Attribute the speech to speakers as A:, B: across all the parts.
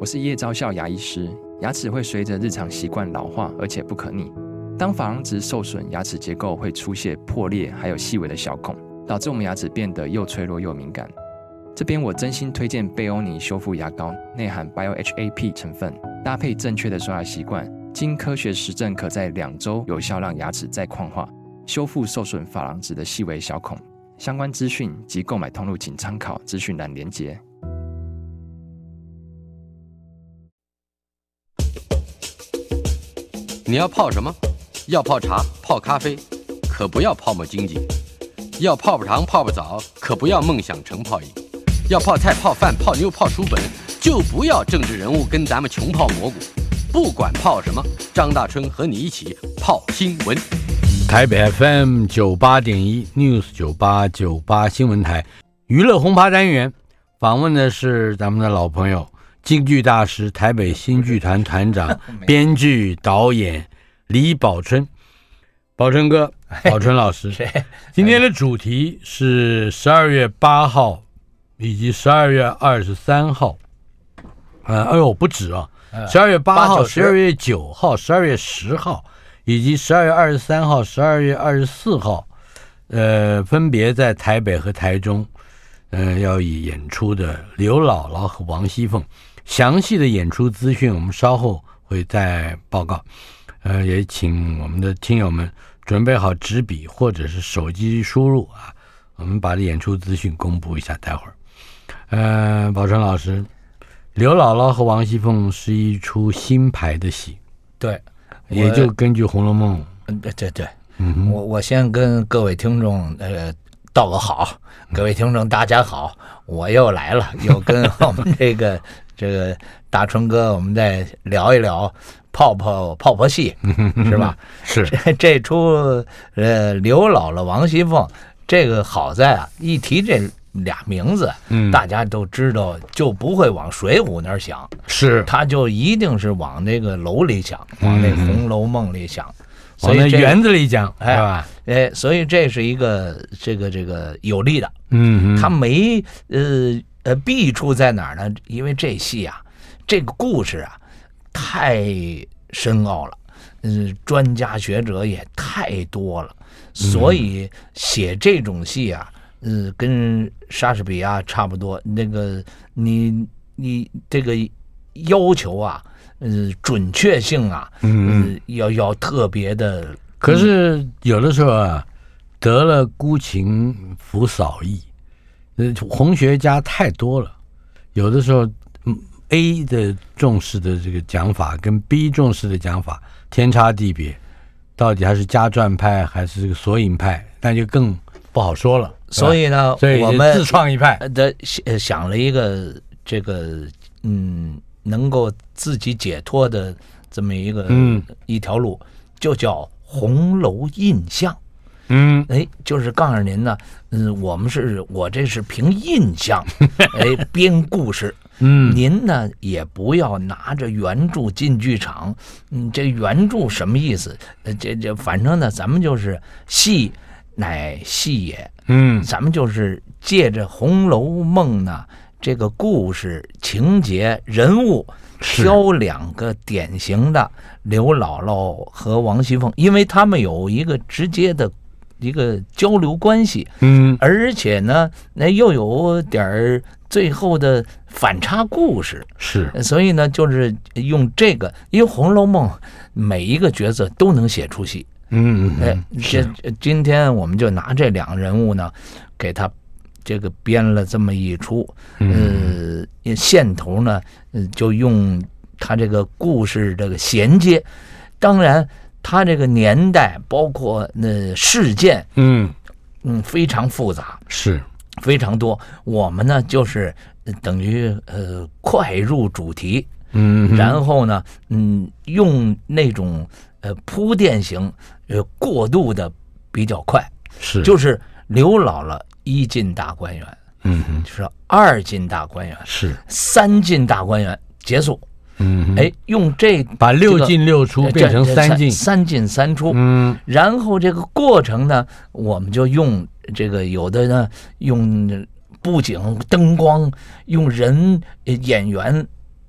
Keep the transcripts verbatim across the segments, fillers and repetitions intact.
A: 我是叶昭孝牙医师。牙齿会随着日常习惯老化，而且不可逆。当珐琅质受损，牙齿结构会出现破裂，还有细微的小孔，导致我们牙齿变得又脆弱又敏感。这边我真心推荐贝欧尼修复牙膏，内含 B I O H A P 成分，搭配正确的刷牙习惯，经科学实证可在两周有效让牙齿再矿化，修复受损珐琅质的细微小孔。相关资讯及购买通路请参考资讯栏连结。
B: 你要泡什么？要泡茶、泡咖啡，可不要泡沫经济；要泡泡糖、泡泡澡，可不要梦想成泡影；要泡菜、泡饭、泡妞、泡书本，就不要政治人物跟咱们穷泡蘑菇。不管泡什么，张大春和你一起泡新闻。
C: 台北 F M 九八点一 News 九八九八新闻台娱乐轰趴单元，访问的是咱们的老朋友。京剧大师、台北新剧团团长、编剧、导演李宝春，宝春哥、宝春老师。今天的主题是十二月八号以及十二月二十三号。呃，哎呦，不止啊！十二月八号、十二月九号、十二月十号，以及十二月二十三号、十二月二十四号，呃，分别在台北和台中，呃，要以演出的刘姥姥和王熙凤。详细的演出资讯我们稍后会再报告，呃，也请我们的听友们准备好纸笔或者是手机输入啊，我们把演出资讯公布一下。待会儿，呃，宝春老师，刘姥姥和王熙凤是一出新排的戏，
D: 对，
C: 也就根据《红楼梦》。
D: 对对对，嗯，我我先跟各位听众呃道个好，各位听众大家好，我又来了，又跟我们这个。这个大春哥，我们再聊一聊泡泡泡泡戏，是吧？
C: 是
D: 这这出呃刘姥姥王熙凤，这个好在啊，一提这俩名字，嗯，大家都知道，就不会往水浒那儿想，
C: 是，
D: 他就一定是往那个楼里想，往那《红楼梦》里想，
C: 往那园子里讲，
D: 哎，
C: 是吧？
D: 哎，所以这是一个这个这个有利的，
C: 嗯，
D: 他没呃。呃，弊处在哪儿呢？因为这戏啊，这个故事啊，太深奥了，嗯、呃，专家学者也太多了，所以写这种戏啊，呃，跟莎士比亚差不多。那个你你这个要求啊，呃，准确性啊，嗯、呃，要要特别的。
C: 可是有的时候啊，得了孤情扶嫂意。红学家太多了，有的时候 A 的重视的这个讲法跟 B 重视的讲法天差地别，到底还是家传派还是这个索引派，那就更不好说了。
D: 所以呢，
C: 所以
D: 我们
C: 自创一派
D: 的想了一个这个嗯，能够自己解脱的这么一个、嗯、一条路，就叫红楼印象。嗯，哎，就是告诉您呢，嗯，我们是我这是凭印象，哎，编故事。嗯，您呢也不要拿着原著进剧场。嗯，这原著什么意思？呃，这这反正呢，咱们就是戏乃戏也。嗯，咱们就是借着《红楼梦》呢这个故事情节人物，挑两个典型的刘姥姥和王熙凤，因为他们有一个直接的。一个交流关系，嗯，而且呢，那又有点最后的反差故事，
C: 是，
D: 所以呢，就是用这个，因为《红楼梦》每一个角色都能写出戏，嗯，哎，这今天我们就拿这两个人物呢，给他这个编了这么一出，嗯、呃，线头呢，就用他这个故事这个衔接，当然。它这个年代包括那事件，嗯嗯，非常复杂，
C: 是
D: 非常多。我们呢就是等于呃快入主题，嗯，然后呢，嗯，用那种呃铺垫型，呃过渡的比较快，
C: 是
D: 就是刘姥姥一进大观园，嗯，就是二进大观园，
C: 是
D: 三进大观园结束。嗯，哎，用这
C: 把六进六出变成三进，
D: 三进三出。嗯，然后这个过程呢，我们就用这个有的呢用布景、灯光，用人演员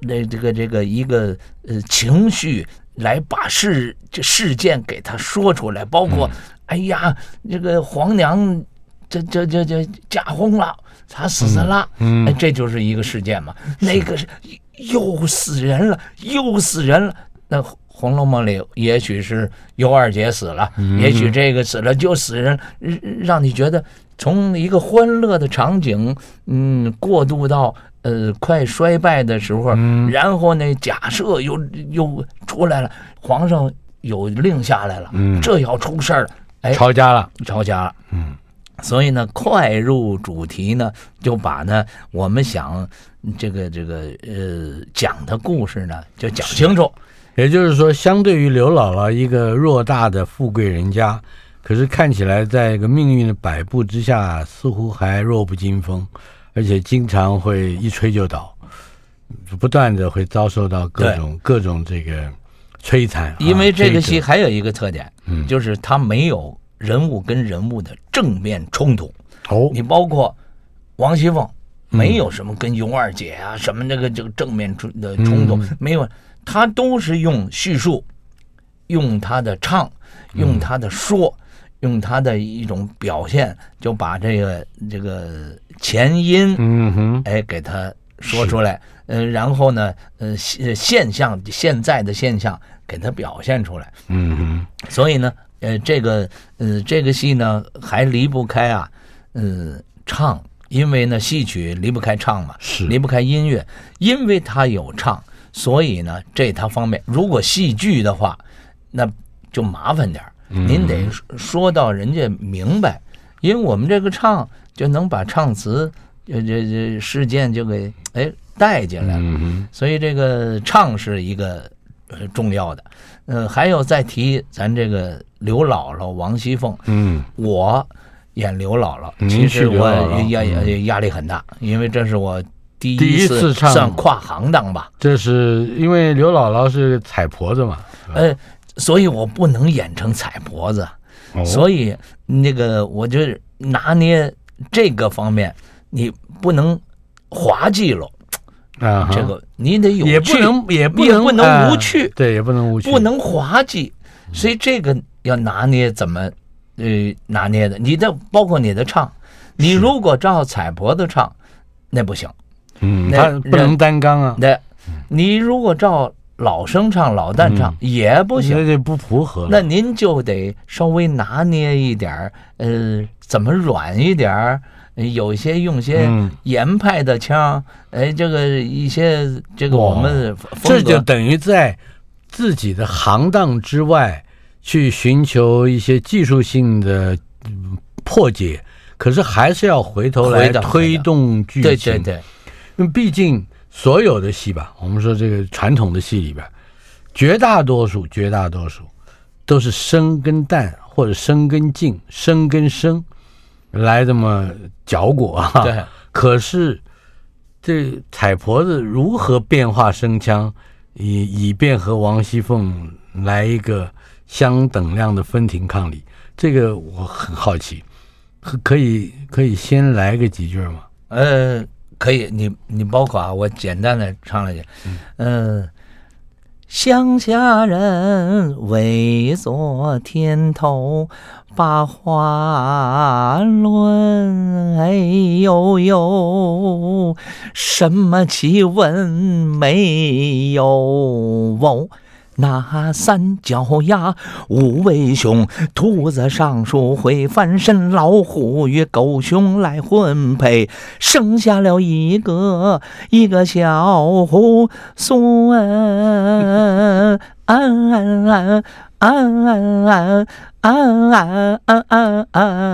D: 那这个这个一个呃情绪来把事这事件给他说出来，包括、嗯、哎呀，这个皇娘这这这这驾崩了，他死了，嗯，哎，这就是一个事件嘛。那个是又死人了，又死人了。那《红楼梦》里也许是尤二姐死了，嗯、也许这个死了就死人，让你觉得从一个欢乐的场景，嗯，过渡到呃快衰败的时候，嗯、然后呢，假设又又出来了，皇上有令下来了，嗯、这要出事儿了，哎，
C: 抄家了，
D: 抄家了，嗯。所以呢，快入主题呢，就把呢我们想这个这个呃讲的故事呢就讲清楚。
C: 也就是说，相对于刘姥姥一个偌大的富贵人家，可是看起来在一个命运的摆布之下，似乎还弱不禁风，而且经常会一吹就倒，不断的会遭受到各种各种这个摧残。
D: 因为这个戏还有一个特点，嗯，就是它没有人物跟人物的正面冲突。
C: 哦，
D: 你包括王熙凤，没有什么跟尤二姐啊、嗯、什么这个这个正面的冲突，嗯、没有。他都是用叙述，用他的唱，用他的说，嗯、用他的一种表现，就把这个这个前因，
C: 嗯哼，
D: 哎，给他说出来，呃，然后呢，呃，现象现在的现象给他表现出来，
C: 嗯哼，
D: 所以呢，呃，这个呃这个戏呢还离不开啊，呃，唱，因为呢戏曲离不开唱嘛，
C: 是
D: 离不开音乐，因为它有唱。所以呢，这他方面，如果戏剧的话，那就麻烦点、嗯、您得说到人家明白，因为我们这个唱就能把唱词这这这事件就给哎带进来了、
C: 嗯，
D: 所以这个唱是一个呃重要的。呃，还有再提咱这个刘姥姥王熙凤，
C: 嗯，
D: 我演刘姥姥，其实我压压力很大，因为这是我。第一次算跨行当吧，
C: 这是因为刘姥姥是采婆子嘛，
D: 呃，所以我不能演成采婆子，哦、所以那个我就拿捏这个方面，你不能滑稽了
C: 啊，
D: 这个你得有趣，
C: 也不能也不能
D: 也不能无趣、
C: 啊，对，也不能无趣，
D: 不能滑稽，所以这个要拿捏怎么呃拿捏的，你的包括你的唱，你如果照采婆子唱，那不行。
C: 嗯，他不能单刚啊。
D: 对，你如果照老生唱、老旦唱、嗯、也不行，
C: 那就不符合。
D: 那您就得稍微拿捏一点，呃，怎么软一点，有些用些严派的腔，哎、嗯，这个一些这个我们
C: 这就等于在自己的行当之外去寻求一些技术性的破解，可是还是要回头来推动剧情。
D: 对对对。
C: 因为毕竟所有的戏吧，我们说这个传统的戏里边，绝大多数绝大多数都是生跟旦或者生跟净、生跟生来这么搅裹啊。
D: 对。
C: 可是这采婆子如何变化声腔，以以便和王熙凤来一个相等量的分庭抗礼，这个我很好奇，可以可以先来个几句吗？
D: 呃。可以，你你包括啊，我简单的唱了一句，嗯、呃，乡下人围坐天头把花论，哎呦呦，什么奇闻没有哦。那三脚丫无尾熊，兔子上树会翻身，老虎与狗熊来混配，生下了一个一个小虎孙，啊啊啊啊啊啊啊啊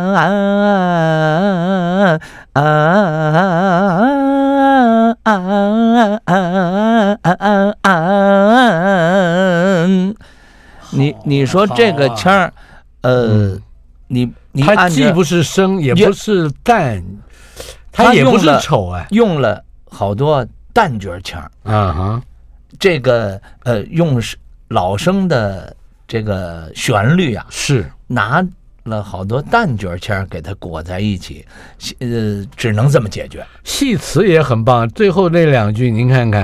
D: 啊啊啊！你你说这个腔儿，呃，你你
C: 它既不是生，也不是旦，它也不是丑哎，
D: 用了好多旦角腔
C: 啊哈，
D: 这个呃用老生的这个旋律啊，
C: 是
D: 拿了好多旦角腔给它裹在一起，呃，只能这么解决。
C: 戏词也很棒，最后那两句您看看，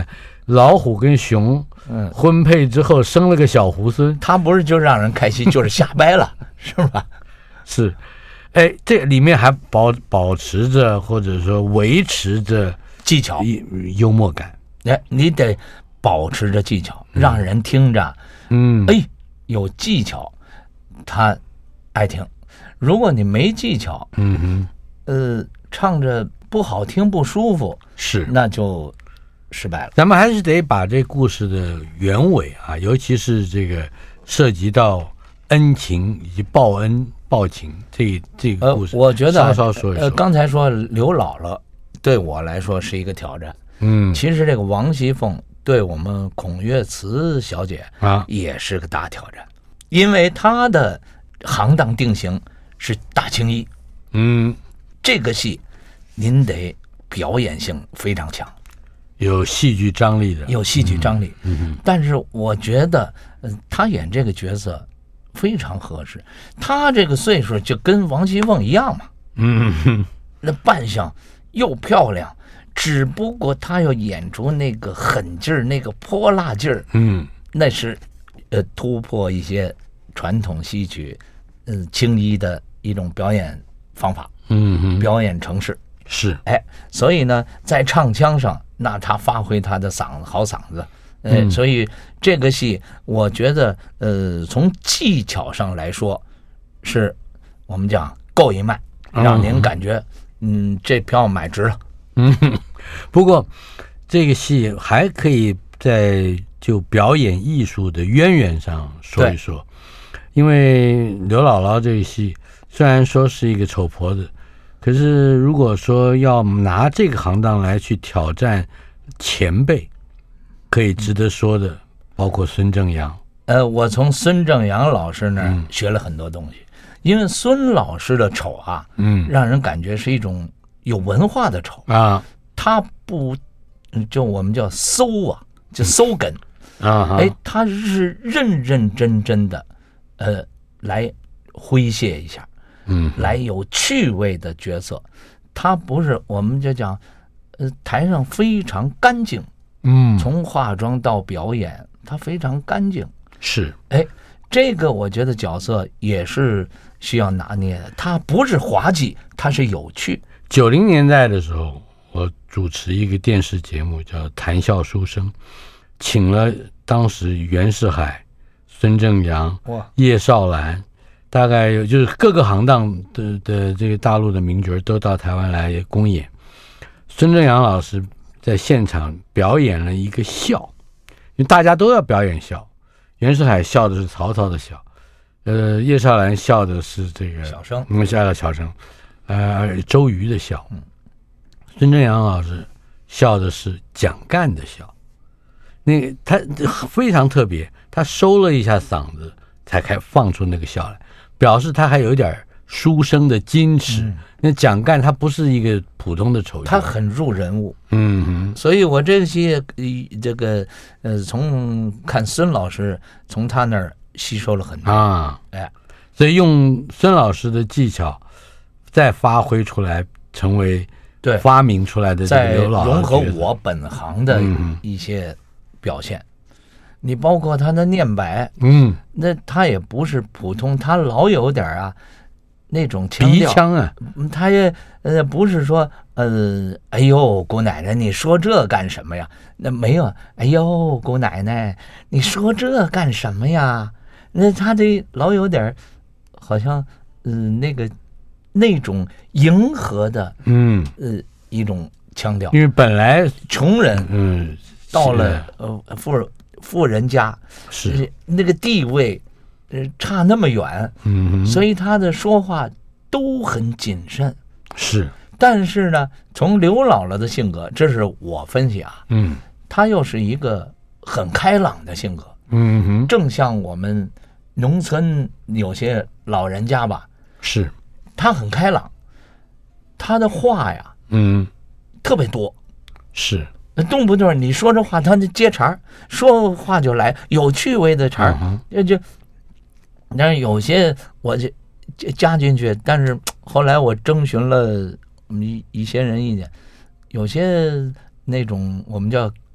C: 老虎跟熊
D: 嗯，
C: 婚配之后生了个小猢狲，
D: 他不是就让人开心，就是瞎掰了，是吧？
C: 是，哎，这里面还保保持着或者说维持着
D: 技巧，
C: 幽默感。
D: 哎，你得保持着技巧，让人听着，
C: 嗯，
D: 哎，有技巧，他爱听。如果你没技巧，
C: 嗯哼，
D: 呃，唱着不好听不舒服，
C: 是，
D: 那就失败了。
C: 咱们还是得把这故事的原委啊，尤其是这个涉及到恩情以及报恩报情这这个故事，
D: 呃，我觉得
C: 稍稍说一说。
D: 呃，刚才说刘姥姥对我来说是一个挑战，
C: 嗯，
D: 其实这个王熙凤对我们孔月慈小姐
C: 啊
D: 也是个大挑战，因为她的行当定型是大青衣，
C: 嗯，
D: 这个戏您得表演性非常强，
C: 有戏剧张力的，
D: 有戏剧张力。
C: 嗯哼，
D: 但是我觉得，呃，她演这个角色非常合适。她这个岁数就跟王熙凤一样嘛，
C: 嗯哼，
D: 那扮相又漂亮，只不过她要演出那个狠劲儿，那个泼辣劲儿，
C: 嗯，
D: 那是呃突破一些传统戏曲，嗯、呃，青衣的一种表演方法，
C: 嗯哼，
D: 表演程式。
C: 是，
D: 哎，所以呢，在唱腔上，那他发挥他的嗓子，好嗓子。呃、
C: 嗯，
D: 所以这个戏，我觉得，呃，从技巧上来说，是我们讲够一卖，让您感觉，嗯，这票买值了。
C: 嗯，不过这个戏还可以在就表演艺术的渊源上说一说，因为刘姥姥这个戏虽然说是一个丑婆子，可是如果说要拿这个行当来去挑战前辈，可以值得说的包括孙正阳。
D: 呃，我从孙正阳老师那儿学了很多东西，嗯、因为孙老师的丑啊，
C: 嗯，
D: 让人感觉是一种有文化的丑
C: 啊，
D: 他不就我们叫馊啊，就馊梗。
C: 啊，
D: 哎，他是认认真真的，呃，来诙谐一下，
C: 嗯，
D: 来有趣味的角色，他不是我们就讲，呃，台上非常干净，
C: 嗯，
D: 从化妆到表演，他非常干净，
C: 是，
D: 哎，这个我觉得角色也是需要拿捏的，他不是滑稽，他是有趣。
C: 九零年代的时候，我主持一个电视节目叫《谈笑书生》。请了当时袁世海、孙正阳、叶绍兰，大概有就是各个行当的的这个大陆的名角都到台湾来公演。孙正阳老师在现场表演了一个笑，因为大家都要表演笑。袁世海笑的是曹操的笑，呃，叶绍兰笑的是这个
D: 小生，
C: 嗯，笑的小生，呃，周瑜的笑。孙正阳老师笑的是蒋干的笑。那个他非常特别，他收了一下嗓子才开放出那个笑来，表示他还有一点书生的矜持。嗯、那蒋干他不是一个普通的丑角，
D: 他很入人物。
C: 嗯哼，
D: 所以我这个戏这个呃，从看孙老师从他那儿吸收了很多
C: 啊，
D: 哎，
C: 所以用孙老师的技巧再发挥出来，成为
D: 对
C: 发明出来的这个刘姥姥，
D: 在融合我本行的一些表现，嗯、你包括他的念白，
C: 嗯，
D: 那他也不是普通，他老有点啊那种腔调，
C: 鼻腔啊，
D: 他也呃不是说呃哎呦姑奶奶你说这干什么呀？那没有，哎呦姑奶奶你说这干什么呀？那他这老有点好像嗯、呃、那个那种迎合的
C: 嗯
D: 呃一种腔调，
C: 因为本来
D: 穷人
C: 嗯。
D: 到了呃富富人家
C: 是
D: 那个地位，呃差那么远，
C: 嗯，
D: 所以他的说话都很谨慎。
C: 是，
D: 但是呢，从刘姥姥的性格，这是我分析啊，
C: 嗯，
D: 她又是一个很开朗的性格，
C: 嗯哼，
D: 正像我们农村有些老人家吧，
C: 是，
D: 她很开朗，她的话呀，
C: 嗯，
D: 特别多，
C: 是。
D: 动不动你说这话，他就接茬儿，说话就来有趣味的茬儿，就就，但是有些我就加进去，但是后来我征询了一一些人意见，有些那种我们叫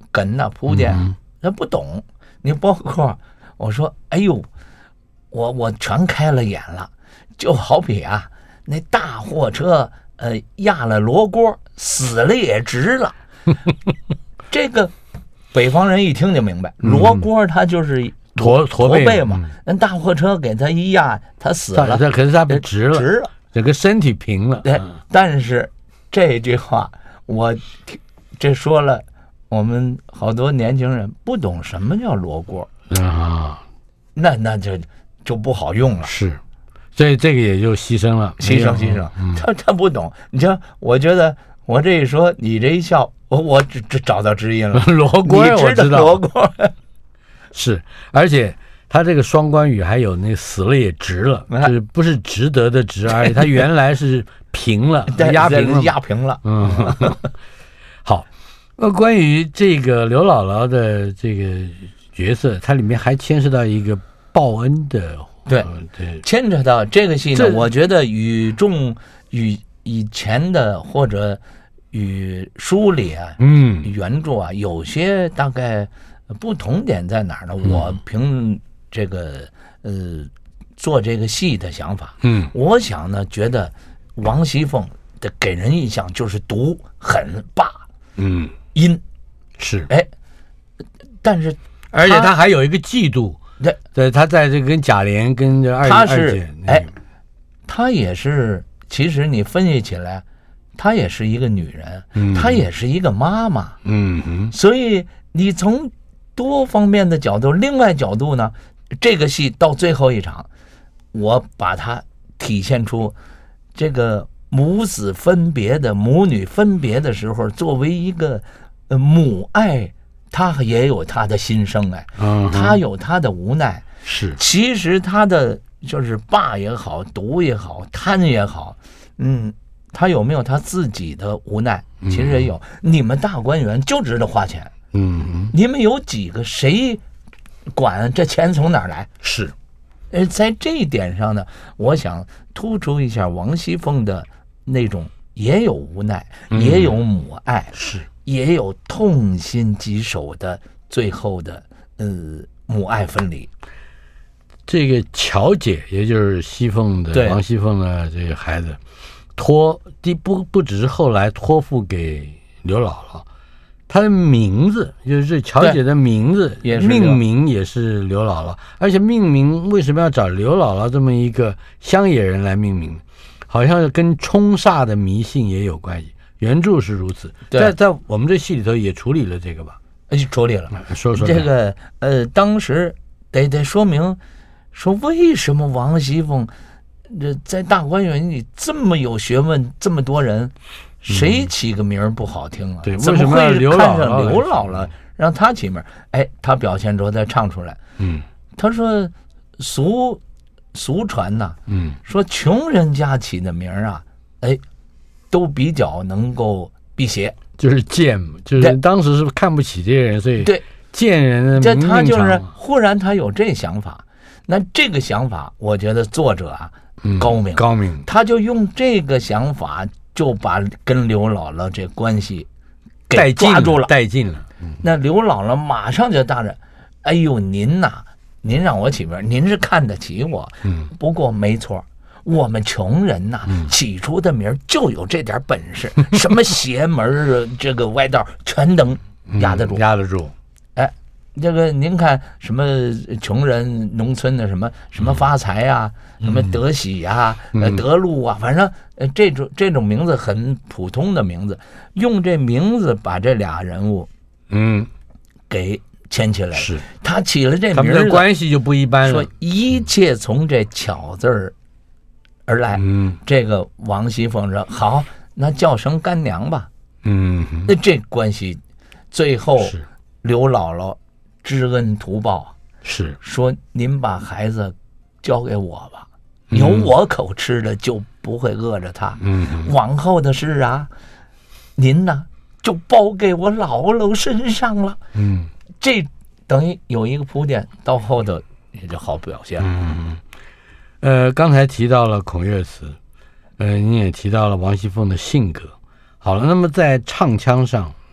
D: 梗呐铺垫，他不懂。你包括我说，哎呦，我我全开了眼了，就好比啊，那大货车呃压了罗锅，死了也值了。这个北方人一听就明白，罗锅它就是
C: 驼驼背
D: 背嘛，那、嗯、大货车给他一压，他死了，
C: 这可是他不直了，
D: 直了，
C: 整个身体平了。
D: 对，但是这句话我这说了，我们好多年轻人不懂什么叫罗锅
C: 啊，
D: 那那就就不好用了。
C: 是，所以这个也就牺牲了，
D: 牺牲牺牲。嗯、他他不懂，你像我觉得我这一说，你这一笑，我我只只找到知音了。
C: 罗锅我知道，
D: 罗锅
C: 是，而且他这个双关语还有那死了也值了，就是不是值得的值而已，他原来是平了，压平了，
D: 压平了。
C: 嗯，好。那关于这个刘姥姥的这个角色，它里面还牵涉到一个报恩的，
D: 对、
C: 呃、对，
D: 牵扯到这个戏呢，我觉得与众与以前的或者与书里啊，
C: 嗯，
D: 原著啊，有些大概不同点在哪儿呢？嗯、我凭这个呃做这个戏的想法，
C: 嗯，
D: 我想呢，觉得王熙凤的给人印象就是毒、狠、霸，
C: 嗯。
D: 阴
C: 是
D: 哎，但是
C: 而且他还有一个嫉妒，
D: 对，
C: 对，他在这跟贾琏跟这二
D: 他是
C: 二姐，
D: 哎，他也是，其实你分析起来，她也是一个女人，
C: 嗯，
D: 她也是一个妈妈，
C: 嗯哼，
D: 所以你从多方面的角度，另外角度呢，这个戏到最后一场，我把它体现出这个。母子分别的母女分别的时候，作为一个呃母爱，她也有她的心声哎，
C: 嗯，
D: 她有她的无奈。
C: 是，
D: 其实她的就是霸也好，毒也好，贪也好，嗯，她有没有她自己的无奈？其实也有。嗯、你们大观园就知道花钱，
C: 嗯，
D: 你们有几个谁管这钱从哪儿来？
C: 是，
D: 呃，在这一点上呢，我想突出一下王熙凤的。那种也有无奈，
C: 嗯、
D: 也有母爱，
C: 是
D: 也有痛心疾首的最后的呃母爱分离。
C: 这个巧姐，也就是熙凤的王熙凤的这个孩子，托第不不只是后来托付给刘姥姥，她的名字就是这巧姐的名字命名也是刘姥姥，而且命名为什么要找刘姥姥这么一个乡野人来命名？好像跟冲煞的迷信也有关系，原著是如此。在在我们这戏里头也处理了这个吧？
D: 哎，处理了。
C: 说说
D: 这个呃，当时得得说明，说为什么王熙凤这在大观园里这么有学问，这么多人，谁起个名不好听啊？
C: 对，
D: 怎么会看上刘姥
C: 姥，
D: 让她起名？哎，她表现之后再唱出来。
C: 嗯，
D: 她说俗。俗传呐、啊，
C: 嗯，
D: 说穷人家起的名啊，哎，都比较能够辟邪，
C: 就是贱，就是当时是看不起这些人，所以
D: 对
C: 贱人
D: 的名命长。这他就是忽然他有这想法，那这个想法，我觉得作者啊、
C: 嗯、
D: 高明
C: 高明，
D: 他就用这个想法就把跟刘姥姥这关系给抓住了，
C: 带进了。
D: 嗯、那刘姥姥马上就大人，哎呦，您呐、啊。您让我起名，您是看得起我，
C: 嗯，
D: 不过没错，我们穷人呐、
C: 嗯，
D: 起出的名就有这点本事，什么邪门这个歪道全能压得住，
C: 嗯、压得住。
D: 哎，这个您看什么穷人农村的什么什么发财啊，
C: 嗯、
D: 什么德喜啊、
C: 嗯、
D: 呃德禄啊，反正呃这种这种名字很普通的名字，用这名字把这俩人物，
C: 嗯，
D: 给。牵起来
C: 是，
D: 他起了这名，
C: 他们的关系就不一般了。
D: 说一切从这巧字儿而来。
C: 嗯，
D: 这个王熙凤说好，那叫声干娘吧。
C: 嗯，
D: 那这关系，最后刘姥姥知恩图报，
C: 是
D: 说您把孩子交给我吧，有我口吃的就不会饿着他。
C: 嗯，
D: 往后的事啊，您呢就包给我姥姥身上了。
C: 嗯。
D: 这等于有一个铺垫，到后头也就好表现了。
C: 嗯，呃，刚才提到了孔岳词，呃，你也提到了王熙凤的性格。好了，那么在唱腔上，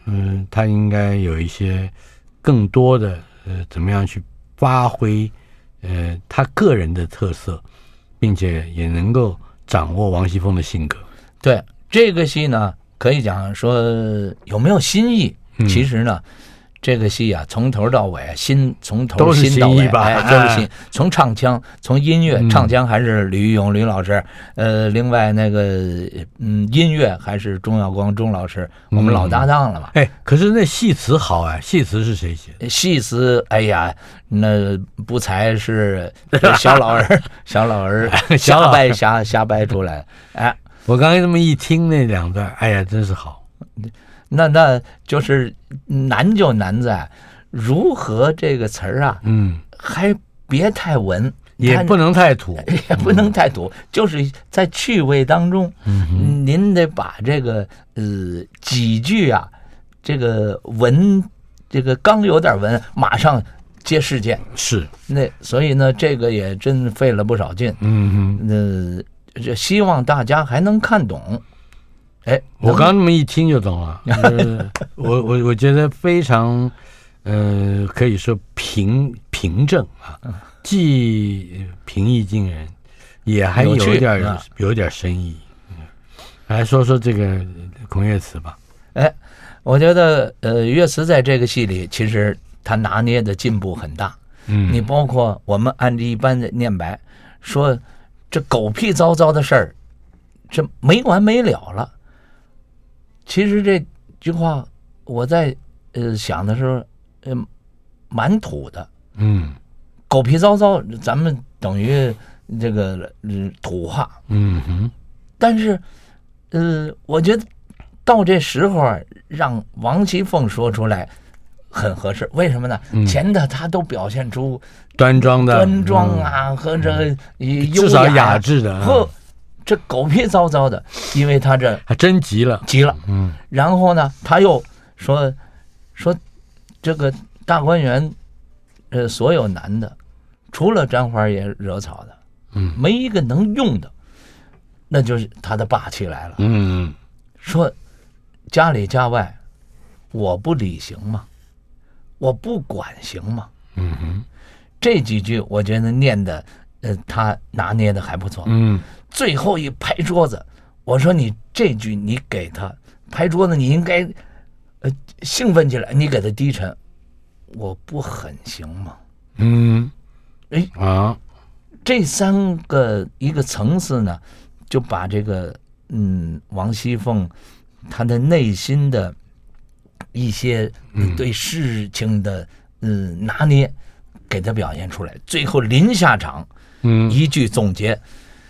C: 嗯、呃，他应该有一些更多的呃，怎么样去发挥呃他个人的特色，并且也能够掌握王熙凤的性格。
D: 对这个戏呢，可以讲说有没有新意？嗯、其实呢。这个戏啊，从头到尾，新从头新到尾，
C: 哎，
D: 都是新。从唱腔，从音乐，唱腔还是吕玉勇吕老师，呃，另外那个嗯，音乐还是钟耀光钟老师，我们老搭档了嘛。
C: 哎，可是那戏词好啊，戏词是谁写的？
D: 戏词，哎呀，那不才是小老儿，小老儿瞎掰瞎瞎掰出来。哎，
C: 我刚才这么一听那两段，哎呀，真是好。
D: 那那就是难就难在如何这个词儿啊，
C: 嗯，
D: 还别太文，
C: 也不能太土，
D: 也不能太土，嗯、就是在趣味当中，
C: 嗯，
D: 您得把这个呃几句啊，这个文，这个刚有点文，马上接事件，
C: 是
D: 那所以呢，这个也真费了不少劲，
C: 嗯
D: 哼，呃，这希望大家还能看懂。哎，
C: 我刚这么一听就懂了。呃、我我我觉得非常，呃，可以说平平正啊，既平易近人，也还有点有, 有点深意。来说说这个孔岳慈吧。
D: 哎，我觉得呃，岳慈在这个戏里其实他拿捏的进步很大。
C: 嗯，
D: 你包括我们按一般的念白，说这狗屁糟糟的事儿，这没完没了了。其实这句话我在呃想的时候，呃，蛮土的。
C: 嗯，
D: 狗屁糟糟，咱们等于这个、呃、土话。
C: 嗯哼。
D: 但是，呃，我觉得到这时候让王熙凤说出来很合适。为什么呢？嗯、前的他都表现出
C: 端庄的
D: 端庄啊，嗯、和这优雅、
C: 至少雅致的
D: 和。这狗屁糟糟的，因为他这
C: 还真急了，
D: 急了，
C: 嗯，
D: 然后呢，他又说说这个大观园，呃，所有男的，除了簪花爷惹草的，
C: 嗯，
D: 没一个能用的，那就是他的霸气来了，
C: 嗯，
D: 说家里家外，我不理行吗？我不管行吗？
C: 嗯哼，
D: 这几句我觉得念的，呃，他拿捏的还不错，
C: 嗯。
D: 最后一拍桌子，我说你这句你给他拍桌子，你应该呃兴奋起来，你给他低沉，我不狠行吗？
C: 嗯，
D: 哎
C: 啊，
D: 这三个一个层次呢，就把这个嗯王熙凤她的内心的一些对事情的嗯拿捏，给他表现出来。最后临下场，
C: 嗯，
D: 一句总结。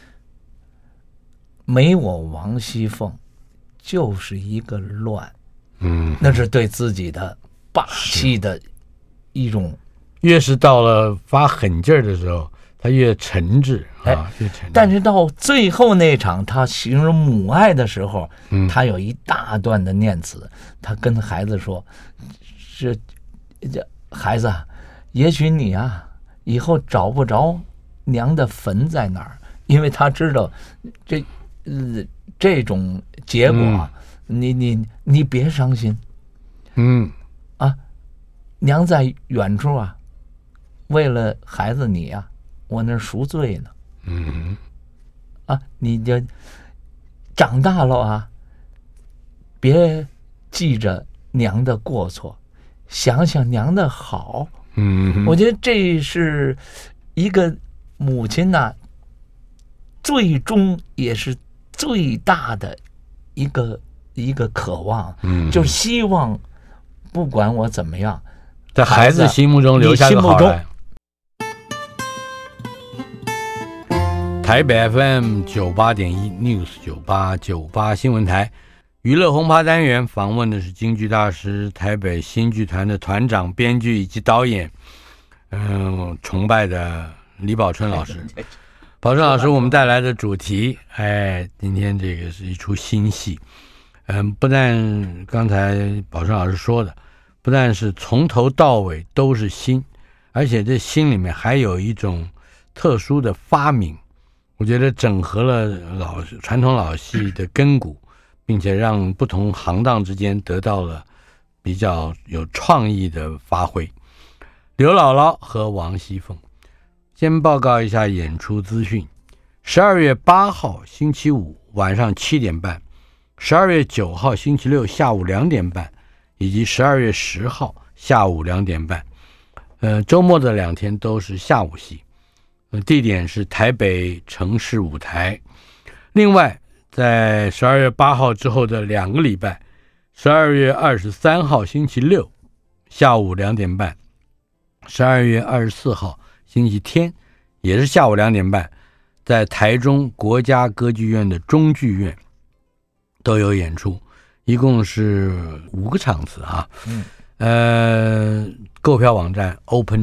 D: 没我王熙凤，就是一个乱，
C: 嗯，
D: 那是对自己的霸气的一种。
C: 越是到了发狠劲儿的时候，他越沉滞啊，越沉滞。
D: 但是到最后那场，他形容母爱的时候，
C: 嗯，
D: 他有一大段的念词，他跟孩子说：“这这孩子，也许你啊，以后找不着娘的坟在哪儿，因为他知道这。”呃，这种结果，嗯、你你你别伤心，
C: 嗯，
D: 啊，娘在远处啊，为了孩子你啊，我那赎罪呢，
C: 嗯，
D: 啊，你就长大了啊，别记着娘的过错，想想娘的好，
C: 嗯，
D: 我觉得这是一个母亲呐、啊，最终也是。最大的一个一个渴望，
C: 嗯，
D: 就是希望不管我怎么样，
C: 在孩子心目中留下个好来。台北 F M 九八点一 News 九八九八新闻台娱乐轰趴单元，访问的是京剧大师、台北新剧团的团长、编剧以及导演，嗯，崇拜的李宝春老师。宝春老师，我们带来的主题，哎，今天这个是一出新戏，嗯，不但刚才宝春老师说的，不但是从头到尾都是新，而且这新里面还有一种特殊的发明，我觉得整合了老传统老戏的根骨，并且让不同行当之间得到了比较有创意的发挥。刘姥姥和王熙凤，先报告一下演出资讯。十二月八号星期五晚上七点半，十二月九号星期六下午两点半，以及十二月十号下午两点半。呃，周末的两天都是下午戏。呃，地点是台北城市舞台。另外，在十二月八号之后的两个礼拜，十二月二十三号星期六下午两点半，十二月二十四号星期天也是下午两点半，在台中国家歌剧院的中剧院都有演出，一共是五个场次啊。
D: 嗯，
C: 呃，购票网站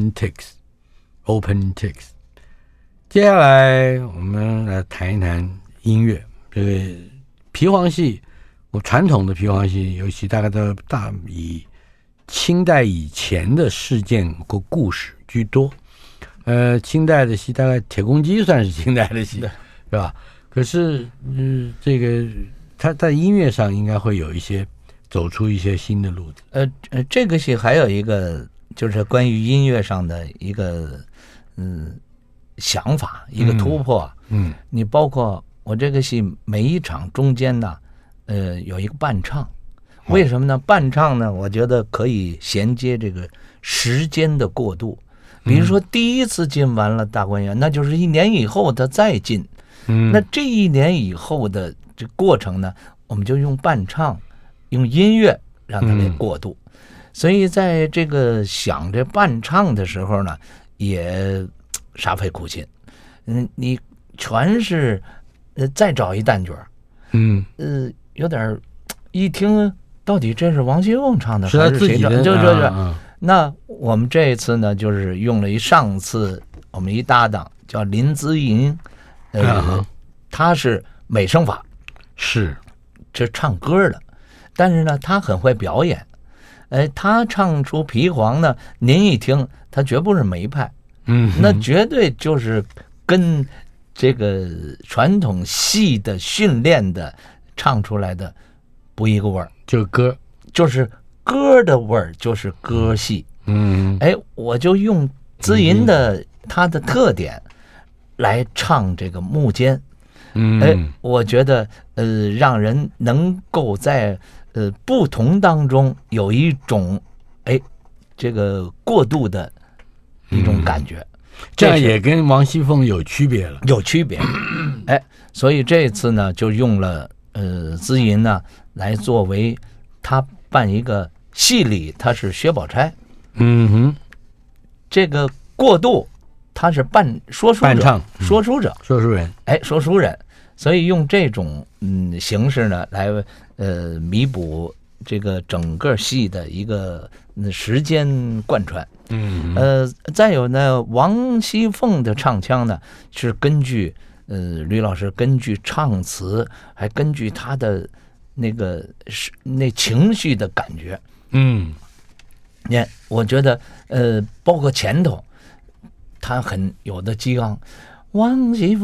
C: OpenTix，OpenTix。接下来我们来谈一谈音乐。这个皮黄戏，我传统的皮黄戏，尤其大概都大以清代以前的事件或故事居多。呃，清代的戏大概铁公鸡算是清代的戏，是吧？可是，嗯、呃，这个它在音乐上应该会有一些走出一些新的路子。
D: 呃呃，这个戏还有一个就是关于音乐上的一个嗯想法，一个突破。
C: 嗯，
D: 你包括我这个戏每一场中间呢，呃，有一个伴唱。为什么呢？伴唱呢，我觉得可以衔接这个时间的过渡。比如说第一次进完了大观园，那就是一年以后他再进。
C: 嗯，
D: 那这一年以后的这过程呢，我们就用伴唱，用音乐让它来过渡。嗯、所以在这个想这伴唱的时候呢，也煞费苦心。嗯，你全是呃再找一旦角，
C: 嗯
D: 呃有点一听到底这是王熙凤唱的还是
C: 谁唱？
D: 就就是、
C: 啊、
D: 那我们这一次呢，就是用了一上次我们一搭档叫林姿莹，呃，啊、他是美声法，
C: 是
D: 这唱歌的，但是呢，他很会表演。哎，他唱出皮黄呢，您一听，他绝不是梅派，
C: 嗯，
D: 那绝对就是跟这个传统戏的训练的唱出来的不一个味儿，
C: 就歌，
D: 就是歌的味儿，就是歌戏。
C: 嗯，
D: 哎，我就用姿吟的它的特点来唱这个幕间。
C: 嗯，
D: 哎，我觉得呃，让人能够在呃不同当中有一种哎这个过渡的一种感觉。嗯，
C: 这样也跟王熙凤有区别了，
D: 有区别。哎，所以这次呢，就用了呃姿吟呢来作为他扮一个戏里，他是薛宝钗。
C: 嗯哼，
D: 这个过渡他是扮说书者，
C: 扮唱、
D: 嗯、说书者，
C: 说书人。
D: 哎，说书人。所以用这种嗯形式呢，来呃弥补这个整个戏的一个时间贯穿。
C: 嗯，
D: 呃，再有呢，王熙凤的唱腔呢，是根据呃吕老师根据唱词，还根据他的那个是那情绪的感觉。
C: 嗯，
D: 你看，我觉得呃，包括前头，他很有的激昂。王熙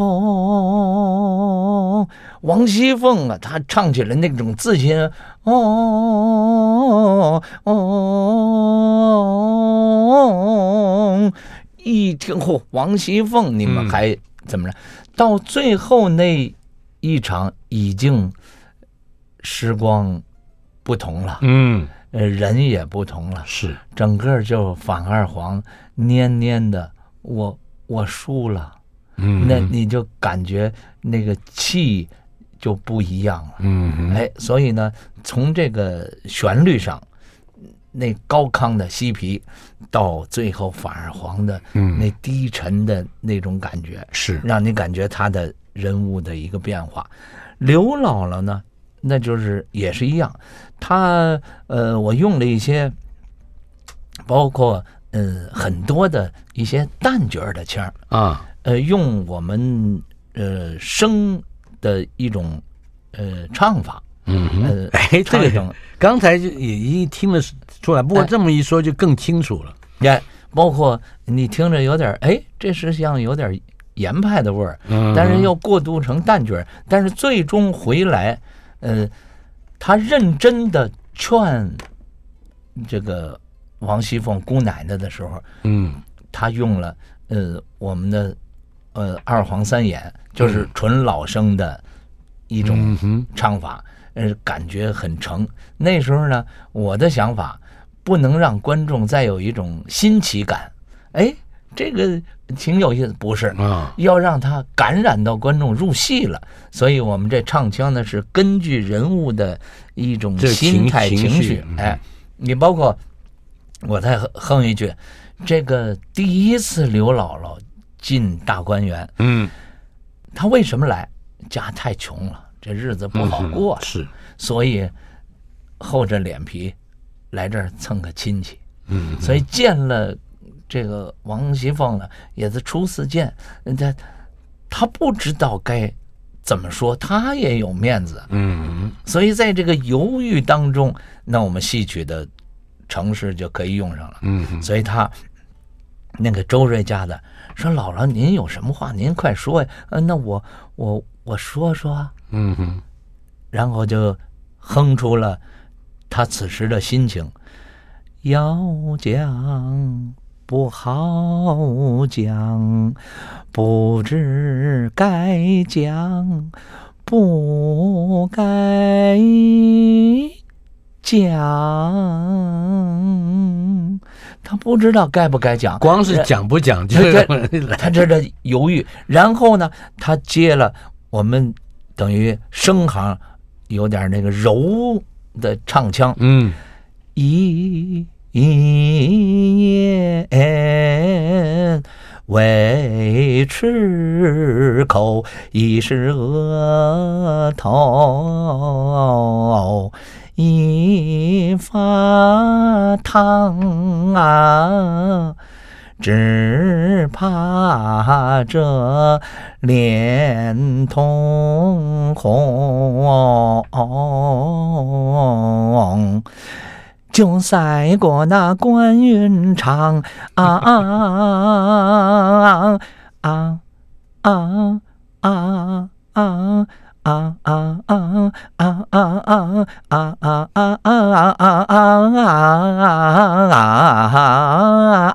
D: 凤，王熙凤啊，她唱起来那种自信，哦哦，一听嚯，王熙凤，你们还怎么着？嗯、到最后那一场已经时光不同了，
C: 嗯，
D: 呃，人也不同了，
C: 是
D: 整个就反二黄蔫蔫的，我我输了。
C: 嗯，
D: 那你就感觉那个气就不一样了。
C: 嗯，
D: 哎，所以呢，从这个旋律上，那高亢的西皮，到最后反而黄的，
C: 嗯，
D: 那低沉的那种感觉，
C: 是
D: 让你感觉他的人物的一个变化。刘姥姥呢，那就是也是一样，他呃，我用了一些，包括呃很多的一些旦角的腔
C: 啊。
D: 呃，用我们呃声的一种呃唱法，
C: 嗯，
D: 呃，
C: 哎，这
D: 个
C: 刚才就也一听了出来，不过这么一说就更清楚了。
D: 哎，包括你听着有点，哎，这是像有点严派的味儿，
C: 嗯，
D: 但是又过渡成旦角，但是最终回来，呃，他认真的劝这个王熙凤姑奶奶的时候，
C: 嗯，
D: 她用了呃我们的呃二黄三眼，就是纯老生的一种唱法，呃，感觉很成。那时候呢，我的想法不能让观众再有一种新奇感，哎，这个挺有意思，不是啊，要让它感染到观众入戏了。所以我们这唱腔呢，是根据人物的一种心态情绪，哎，你包括我再哼一句，这个第一次刘姥姥进大观园，
C: 嗯，
D: 她为什么来？家太穷了，这日子不好过，
C: 嗯、是，
D: 所以厚着脸皮来这儿蹭个亲戚，
C: 嗯，
D: 所以见了这个王熙凤呢，也是初次见，他他不知道该怎么说，他也有面子，
C: 嗯，
D: 所以在这个犹豫当中，那我们戏曲的程式就可以用上了，
C: 嗯，
D: 所以他那个周瑞家的说：“姥姥，您有什么话，您快说呀。呃，那我我我说说。”
C: 嗯哼，
D: 然后就哼出了他此时的心情：要讲不好讲，不知该讲不该讲，他不知道该不该讲，
C: 光是讲不讲就
D: 他这的犹豫。然后呢，他接了我们等于声行有点那个柔的唱腔，
C: 嗯，
D: 一言为赤口，一是额头，一发烫啊，只怕这脸通红，就赛过那关云长啊啊啊啊啊啊啊啊啊啊啊啊啊啊啊啊啊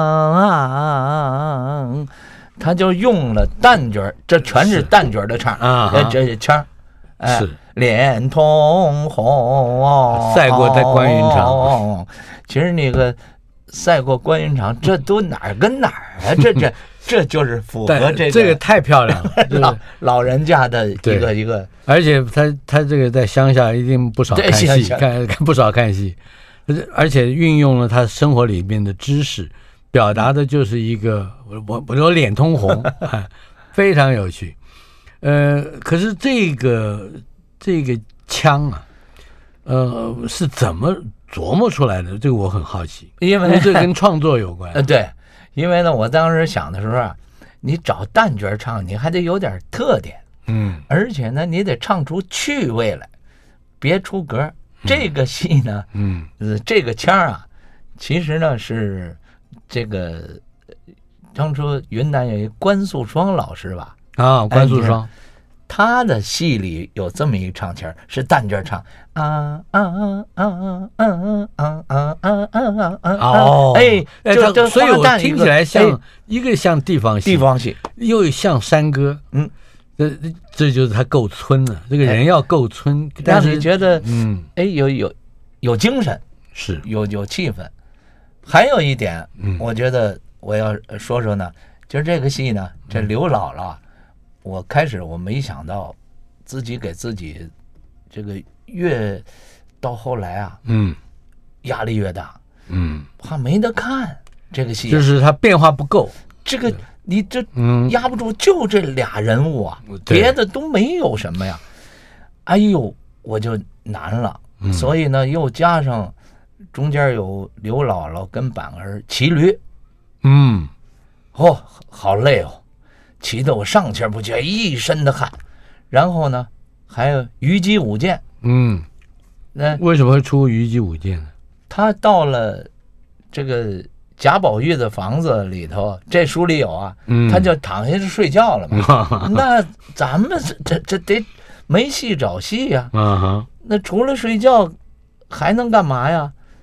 D: 啊！他就用了旦角，这全是旦角的唱啊，这腔，哎，脸通红，
C: 赛过在关云长。
D: 其实那个赛过关云长，这都哪儿跟哪儿啊？这这。这就是符合这个，
C: 这个太漂亮了，
D: 老老人家的一个一个，
C: 而且他他这个在乡下一定不少看戏，看看不少看戏，而且运用了他生活里面的知识，表达的就是一个我我我脸通红，非常有趣。呃，可是这个这个腔啊，呃，是怎么琢磨出来的？这个我很好奇，
D: 因为
C: 这跟创作有关。
D: 呃，对。因为呢，我当时想的时候啊，你找旦角唱，你还得有点特点，
C: 嗯，
D: 而且呢，你得唱出趣味来，别出格。嗯、这个戏呢，
C: 嗯，
D: 呃，这个腔啊，其实呢是这个当初云南有一关素霜老师吧，
C: 啊，关素霜。哎
D: 他的戏里有这么一唱腔，是旦角唱啊啊啊啊啊啊啊啊啊啊！
C: 哦，
D: 哎，就就
C: 所以我听起来像一个像地方戏，
D: 地方戏
C: 又像山歌，
D: 嗯，
C: 这这就是他够村了。这个人要够村，
D: 让你觉得
C: 嗯，
D: 哎，有有有精神，
C: 是
D: 有有气氛。还有一点，我觉得我要说说呢，就是这个戏呢，这刘姥姥。我开始我没想到，自己给自己这个越到后来啊，
C: 嗯，
D: 压力越大，
C: 嗯，
D: 怕没得看这个戏、啊，
C: 就是它变化不够，
D: 这个你这压不住，就这俩人物啊，
C: 嗯、
D: 别的都没有什么呀，哎呦，我就难了，
C: 嗯、
D: 所以呢，又加上中间有刘姥姥跟板儿骑驴，
C: 嗯，
D: 哦，好累哦。骑得我上气不接，一身的汗，然后呢，还有虞姬舞剑，
C: 嗯，
D: 那
C: 为什么会出虞姬舞剑呢？
D: 他到了这个贾宝玉的房子里头，这书里有啊，
C: 嗯、
D: 他就躺下去睡觉了嘛。那咱们这这得没戏找戏呀、
C: 啊，
D: 那除了睡觉还能干嘛呀？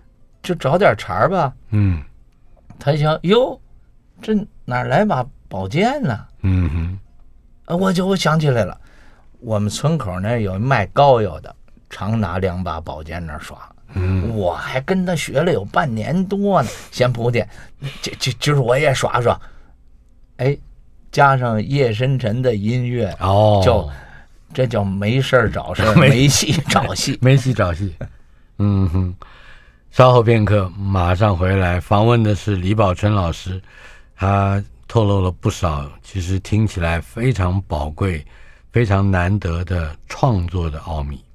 D: 就找点茬儿吧。
C: 嗯，
D: 他一想，哟，这哪来把宝剑呢？
C: 嗯哼，
D: 呃我就我想起来了，我们村口那有卖膏药的，常拿两把宝剑那儿耍。
C: 嗯，
D: 我还跟他学了有半年多呢，先铺垫，这这就是我也耍耍，哎，加上夜深沉的音乐，
C: 哦，
D: 就这叫没事儿找事儿，没戏找戏，
C: 没戏找戏。嗯哼，稍后片刻马上回来，访问的是李宝春老师，他透露了不少其实听起来非常宝贵、非常难得的创作的奥秘。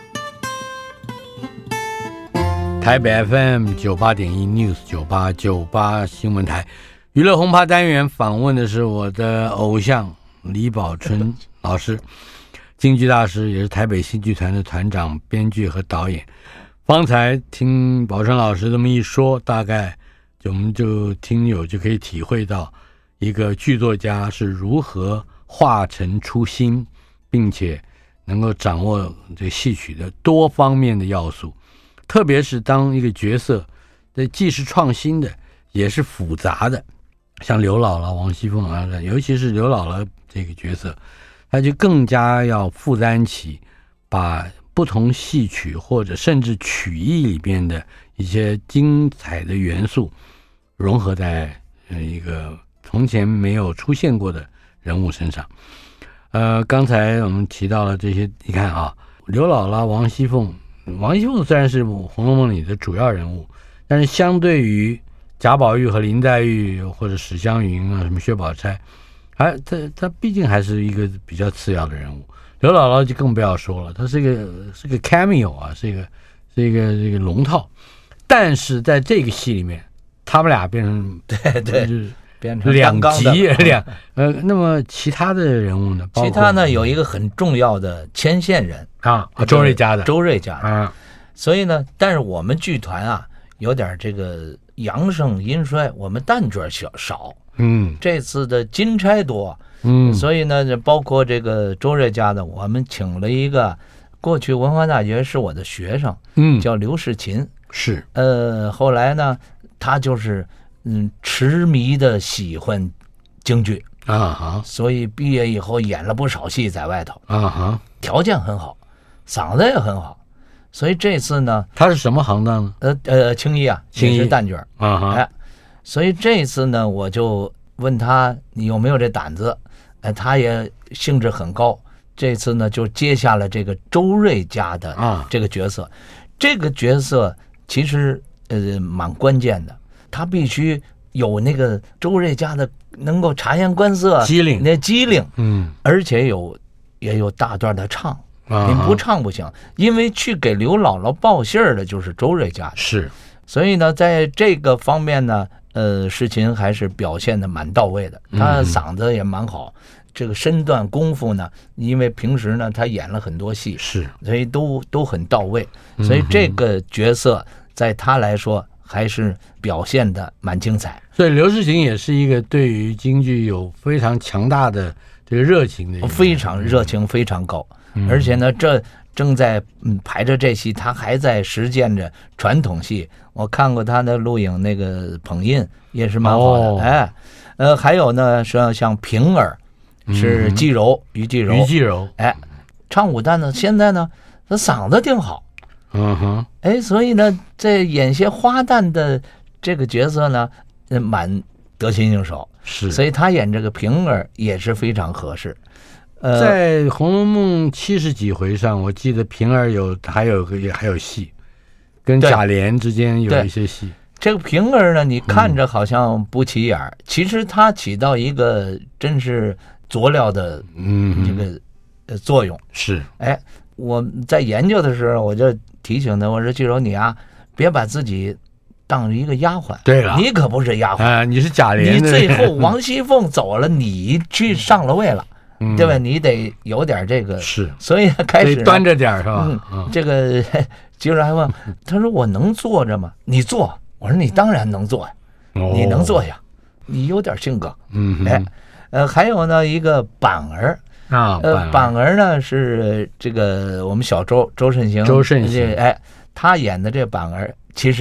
C: 台北 F M 九八点一 News 九八九八新闻台娱乐轰趴单元，访问的是我的偶像李宝春老师，京剧大师，也是台北戏剧团的团长、编剧和导演。方才听宝春老师这么一说，大概就我们就听友就可以体会到一个剧作家是如何化成初心，并且能够掌握这戏曲的多方面的要素。特别是当一个角色的既是创新的也是复杂的，像刘姥姥、王熙凤啊，尤其是刘姥姥这个角色，他就更加要负担起把不同戏曲或者甚至曲艺里边的一些精彩的元素融合在一个从前没有出现过的人物身上。呃，刚才我们提到了这些，你看啊，刘姥姥、王熙凤，王熙凤虽然是《红楼梦》里的主要人物，但是相对于贾宝玉和林黛玉或者史湘云啊，什么薛宝钗，还他他毕竟还是一个比较次要的人物。刘姥姥就更不要说了，她是一个是个 cameo 啊，是一个是一个这个龙套。但是在这个戏里面，他们俩变成
D: 对对，
C: 就是
D: 变成
C: 两
D: 刚刚的
C: 极两呃，那么其他的人物呢？包括
D: 其他呢有一个很重要的牵线人
C: 啊，周瑞家的
D: 周瑞家的
C: 啊，
D: 所以呢，但是我们剧团啊有点这个阳盛阴衰，我们旦角小少，
C: 嗯
D: 这次的金钗多，
C: 嗯，
D: 所以呢，包括这个周瑞家的，我们请了一个过去文化大学是我的学生，
C: 嗯
D: 叫刘世琴，
C: 是
D: 呃，后来呢，他就是嗯痴迷的喜欢京剧
C: 啊哈
D: 所以毕业以后演了不少戏在外头，
C: 啊哈，
D: 条件很好，嗓子也很好，所以这次呢，
C: 他是什么行当呢？
D: 呃呃，青衣啊，
C: 青衣
D: 也是旦角
C: 啊哈，
D: 哎，所以这次呢，我就问他你有没有这胆子，哎，他也兴致很高。这次呢，就接下了这个周瑞家的
C: 啊
D: 这个角色，这个角色其实呃蛮关键的，他必须有那个周瑞家的能够察言观色、
C: 机灵
D: 那机灵，
C: 嗯
D: 而且有也有大段的唱。
C: 啊
D: 你不唱不行，因为去给刘姥姥报信儿的就是周瑞家的，
C: 是
D: 所以呢，在这个方面呢，呃，世琴还是表现的蛮到位的，他嗓子也蛮好，这个身段功夫呢，因为平时呢他演了很多戏，
C: 是，
D: 所以都都很到位，所以这个角色在他来说还是表现的蛮精彩。
C: 所以刘世琴也是一个对于京剧有非常强大的这个热情的一个人，
D: 非常热情，非常高，而且呢，这正在嗯排着这戏，他还在实践着传统戏。我看过他的录影，那个捧印也是蛮好的。
C: 哦、
D: 哎，呃，还有呢，像像平儿是季柔，于季柔，
C: 于季柔，
D: 哎，唱武旦呢，现在呢，他嗓子挺好，
C: 嗯哼，
D: 哎，所以呢，在演些花旦的这个角色呢，蛮得心应手。
C: 是，
D: 所以他演这个平儿也是非常合适。呃，
C: 在《红楼梦》七十几回上，我记得平儿有还有个还有戏，跟贾琏之间有一些戏。
D: 这个平儿呢，你看着好像不起眼儿、嗯，其实它起到一个真是佐料的
C: 嗯
D: 这个呃作用。
C: 是，
D: 哎，我在研究的时候，我就提醒他，我说季柔你啊，别把自己当一个丫鬟。
C: 对了，
D: 你可不是丫鬟
C: 啊，你是贾琏。
D: 你最后王熙凤走了，你去上了位了。
C: 嗯、
D: 对吧？你得有点这个，
C: 是，
D: 所以开始
C: 得端着点是吧？
D: 嗯，嗯这个季柔还问他说：“我能坐着吗？”你坐。我说：“你当然能坐呀，
C: 哦、
D: 你能坐呀，你有点性格。”
C: 嗯，
D: 哎，呃，还有呢，一个板儿
C: 啊，
D: 呃，板儿呢是这个我们小周周慎行，
C: 周慎行，
D: 哎，他演的这板儿其实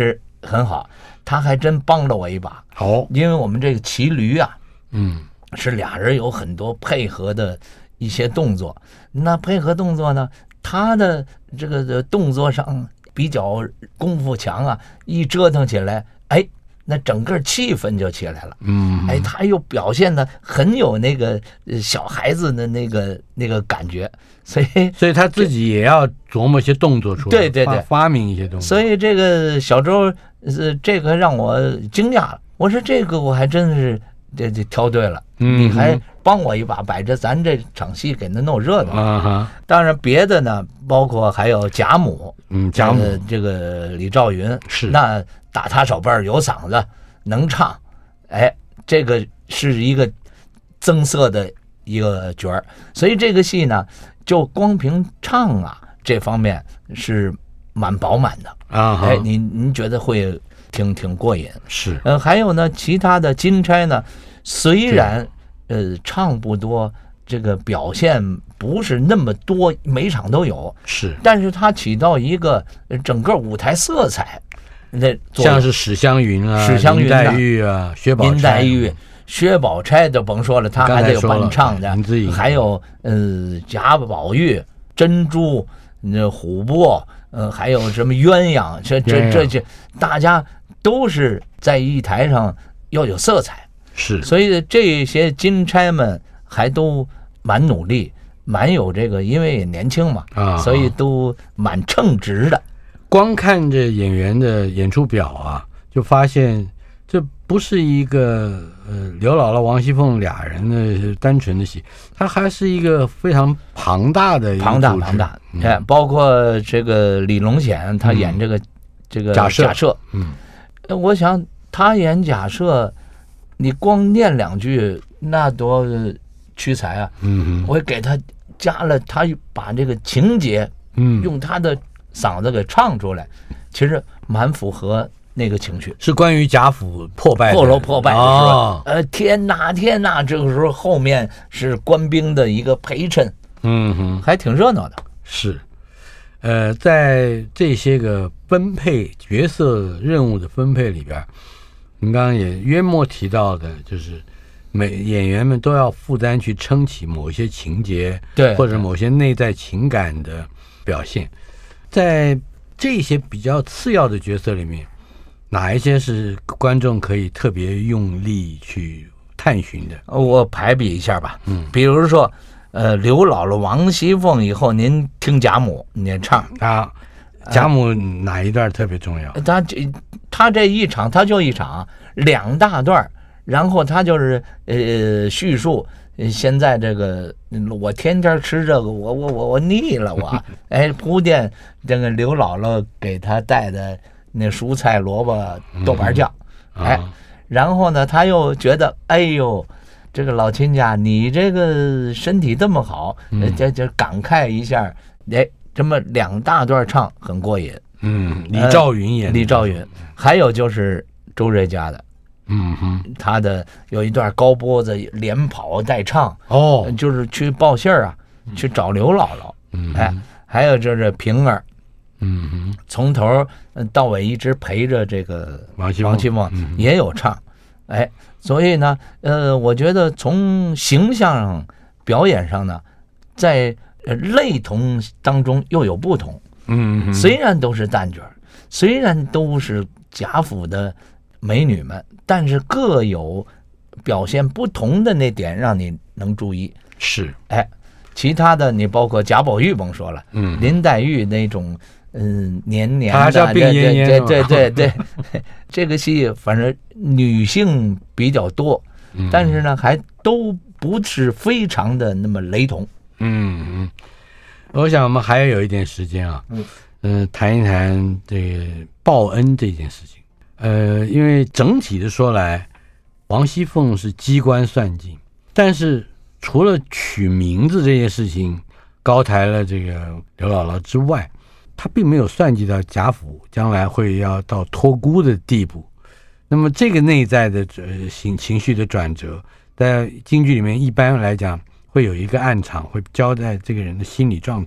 D: 很好，他还真帮了我一把。
C: 好，
D: 因为我们这个骑驴啊，
C: 嗯，
D: 是俩人有很多配合的一些动作。那配合动作呢，他的这个动作上比较功夫强啊，一折腾起来，哎，那整个气氛就起来了。
C: 嗯，
D: 哎，他又表现的很有那个小孩子的那个那个感觉，所以
C: 所以他自己也要琢磨一些动作出来，
D: 对对对，
C: 发, 发明一些动作。
D: 所以这个小周，呃，这个让我惊讶了。我说这个我还真是这这挑对了，
C: 嗯，
D: 你还帮我一把，把这咱这场戏给他弄热闹
C: 啊哈。
D: 当然别的呢，包括还有贾母，
C: 嗯，贾母、
D: 呃、这个李兆云
C: 是
D: 那打他手背有嗓子能唱，哎，这个是一个增色的一个角儿，所以这个戏呢，就光凭唱啊这方面是蛮饱满的
C: 啊，
D: 哎，你您觉得会挺挺过瘾。
C: 是，
D: 呃，还有呢，其他的金钗呢，虽然呃唱不多，这个表现不是那么多，每场都有，
C: 是，
D: 但是它起到一个整个舞台色彩，那
C: 像是史湘云啊、
D: 史湘云、
C: 林黛玉啊、薛宝钗、
D: 林黛玉、薛宝钗就甭说了，她还得有伴唱的，还有呃贾宝玉、珍珠、那琥珀，呃，还有什么鸳鸯，这这这这，大家都是在一台上要有色彩，
C: 是，
D: 所以这些金钗们还都蛮努力，蛮有这个，因为也年轻嘛，
C: 啊，
D: 所以都蛮称职的。
C: 光看这演员的演出表啊，就发现这不是一个呃刘姥姥、王熙凤俩人的单纯的戏，它还是一个非常庞大的一个
D: 庞大庞大。你看，包括这个李龙显，他演这个、嗯、这个
C: 贾赦，
D: 贾赦，
C: 嗯，
D: 我想他演贾赦，你光念两句，那多屈才啊！
C: 嗯，
D: 我给他加了，他把这个情节，
C: 嗯，
D: 用他的嗓子给唱出来，其实蛮符合那个情绪。
C: 是关于贾府破败、
D: 破楼破败的时候，
C: 哦、
D: 呃，天哪天哪！这个时候后面是官兵的一个陪衬，
C: 嗯哼，
D: 还挺热闹的。
C: 是，呃，在这些个分配角色任务的分配里边，您刚刚也约莫提到的，就是每演员们都要负担去撑起某些情节，
D: 对，
C: 或者某些内在情感的表现。在这些比较次要的角色里面，哪一些是观众可以特别用力去探寻的？
D: 我排比一下吧，
C: 嗯，
D: 比如说，呃，刘姥姥、王熙凤以后，您听贾母，您唱
C: 啊，贾母哪一段特别重要？
D: 他这他这一场，他就一场两大段，然后他就是呃叙述。现在这个我天天吃这个，我我我我腻了我，哎，铺垫这个刘姥姥给他带的那蔬菜、萝卜、豆瓣酱，哎，
C: 啊、
D: 然后呢，他又觉得，哎呦，这个老亲家，你这个身体这么好，
C: 嗯、
D: 这这感慨一下，哎，这么两大段唱很过瘾。
C: 嗯，李兆云演、
D: 呃、李兆云，还有就是周瑞家的。
C: 嗯哼，
D: 他的有一段高脖子连跑带唱
C: 哦，
D: 就是去报信儿啊，去找刘姥姥。
C: 嗯，
D: 哎，还有就是平儿，
C: 嗯哼，
D: 从头到尾一直陪着这个
C: 王熙
D: 王熙凤也有唱。哎，所以呢，呃，我觉得从形象表演上呢，在类同当中又有不同。
C: 嗯，
D: 虽然都是旦角，虽然都是贾府的美女们，但是各有表现不同的那点让你能注意。
C: 是，
D: 哎，其他的你包括贾宝玉甭说了，
C: 嗯，
D: 林黛玉那种嗯黏黏的，
C: 她叫病恹恹，
D: 对对对对对，这个戏反正女性比较多，
C: 嗯、
D: 但是呢还都不是非常的那么雷同。
C: 嗯嗯，我想我们还要有一点时间啊，嗯嗯、呃，谈一谈这个报恩这件事情。呃，因为整体的说来，王熙凤是机关算尽，但是除了取名字这件事情高抬了这个刘姥姥之外，她并没有算计到贾府将来会要到托孤的地步。那么这个内在的呃情情绪的转折，在京剧里面一般来讲会有一个暗场，会交代这个人的心理状态。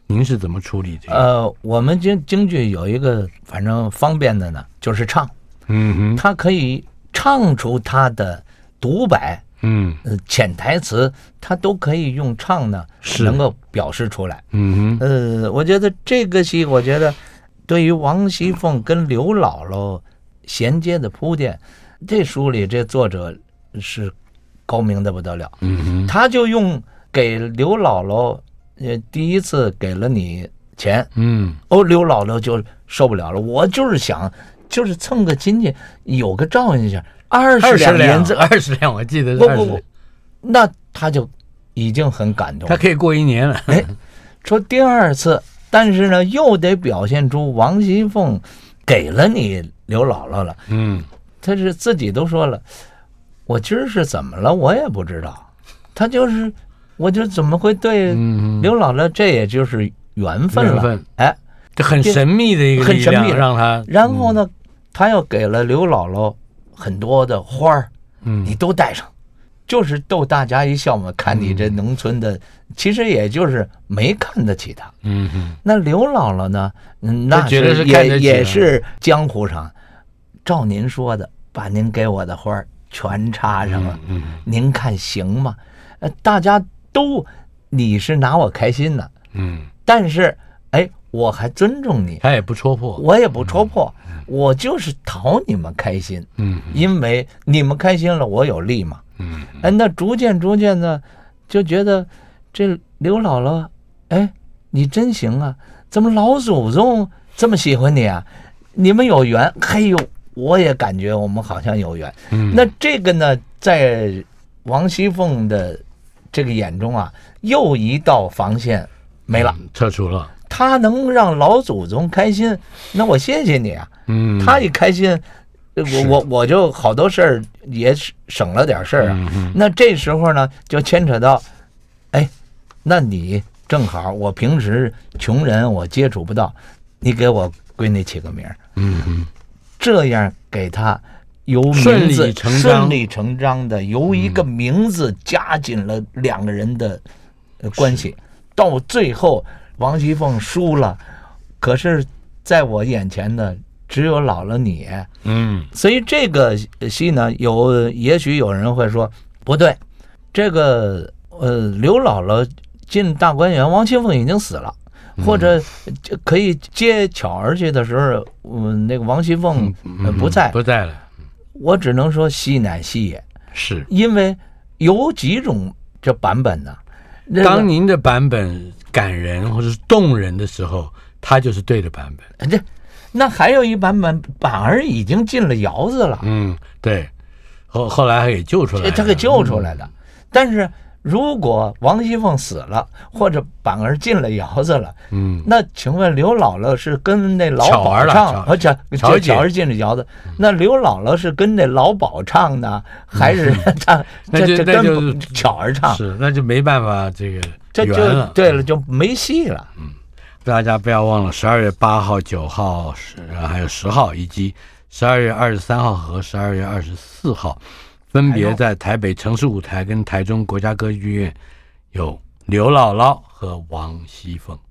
C: 您是怎么处理这个？
D: 呃，我们京京剧有一个反正方便的呢，就是唱，
C: 嗯哼，
D: 它可以唱出它的独白，
C: 嗯
D: 呃，潜台词，它都可以用唱呢，
C: 是
D: 能够表示出来。
C: 嗯哼，
D: 呃，我觉得这个戏，我觉得对于王熙凤跟刘姥姥衔接的铺垫，这书里这作者是高明的不得了。
C: 嗯哼，
D: 他就用给刘姥姥，呃，第一次给了你钱，
C: 嗯
D: 哦，刘姥姥就受不了了，我就是想，就是蹭个亲戚，有个照应一下，二十两银子，
C: 二十两，我记得是二十
D: 不不不，那他就已经很感动了，
C: 他可以过一年了。
D: 哎，说第二次，但是呢，又得表现出王熙凤给了你刘姥姥了，
C: 嗯，
D: 他是自己都说了，我今儿是怎么了，我也不知道，他就是，我就怎么会对刘姥姥，这也就是缘分了，
C: 缘分
D: 哎，
C: 这很神秘的一个力量，
D: 很神秘，
C: 让他，
D: 然后呢，他又给了刘姥姥很多的花儿，
C: 嗯，
D: 你都带上。就是逗大家一笑嘛，看你这农村的，其实也就是没看得起他。
C: 嗯哼，
D: 那刘姥姥呢？嗯，那
C: 觉得是
D: 也
C: 看得起
D: 也是江湖上，照您说的，把您给我的花儿全插上了，
C: 嗯，
D: 您看行吗？呃，大家都你是拿我开心呢，
C: 嗯，
D: 但是哎，我还尊重你，
C: 他也不戳破，
D: 我也不戳破，我就是讨你们开心，
C: 嗯，
D: 因为你们开心了，我有利嘛。
C: 嗯，
D: 哎，那逐渐逐渐的就觉得这刘姥姥，哎，你真行啊！怎么老祖宗这么喜欢你啊？你们有缘，嘿呦，我也感觉我们好像有缘。
C: 嗯，
D: 那这个呢，在王熙凤的这个眼中啊，又一道防线没了，
C: 撤除了。
D: 他能让老祖宗开心，那我谢谢你啊。
C: 嗯，
D: 他一开心。我我我就好多事儿也省了点事儿啊，
C: 嗯、
D: 那这时候呢就牵扯到，哎，那你正好我平时穷人我接触不到，你给我闺女起个名儿，
C: 嗯，
D: 这样给他由名字
C: 顺理成章
D: 顺理成章的由一个名字加紧了两个人的关系，到最后王熙凤输了，可是在我眼前的。只有姥姥你，
C: 嗯，
D: 所以这个戏呢，有也许有人会说不对，这个呃刘姥姥进大观园，王熙凤已经死了，或者可以接巧儿去的时候，嗯，那个王熙凤不在，
C: 不在了。
D: 我只能说戏乃戏也，
C: 是
D: 因为有几种这版本呢。
C: 当您的版本感人或者是动人的时候，它就是对的版本。
D: 这。那还有一版本，反而已经进了窑子了。
C: 嗯，对，后后来还给救出来了，
D: 他给救出来的。嗯、但是如果王熙凤死了，或者反而进了窑子了，
C: 嗯，
D: 那请问刘姥姥是跟那老鸨唱，而且巧巧儿进了窑子，那刘姥姥是跟那老鸨唱呢，还是唱？
C: 那就
D: 那就巧儿唱，
C: 是那就没办法这个
D: 这就对了，就没戏了。
C: 嗯。大家不要忘了，十二月八号、九号，还有十号，以及十二月二十三号和十二月二十四号，分别在台北城市舞台跟台中国家歌剧院有刘姥姥和王熙凤。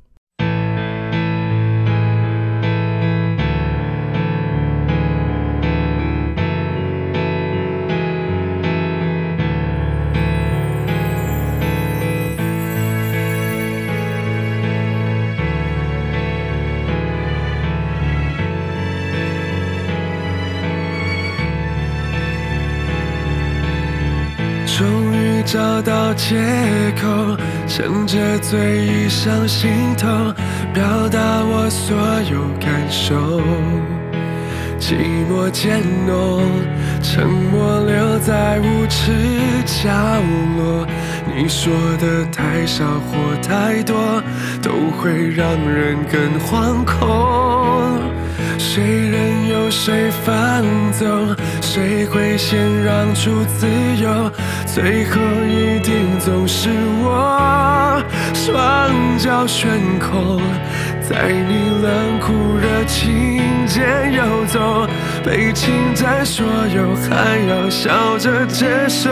E: 终于找到借口，趁着醉意上心头，表达我所有感受。寂寞渐浓，沉默留在无耻角落。你说的太少或太多，都会让人更惶恐。谁任由谁放纵，谁会先让出自由，最后一定总是我，双脚悬空，在你冷酷热情间游走，被侵占所有，还要笑着接受。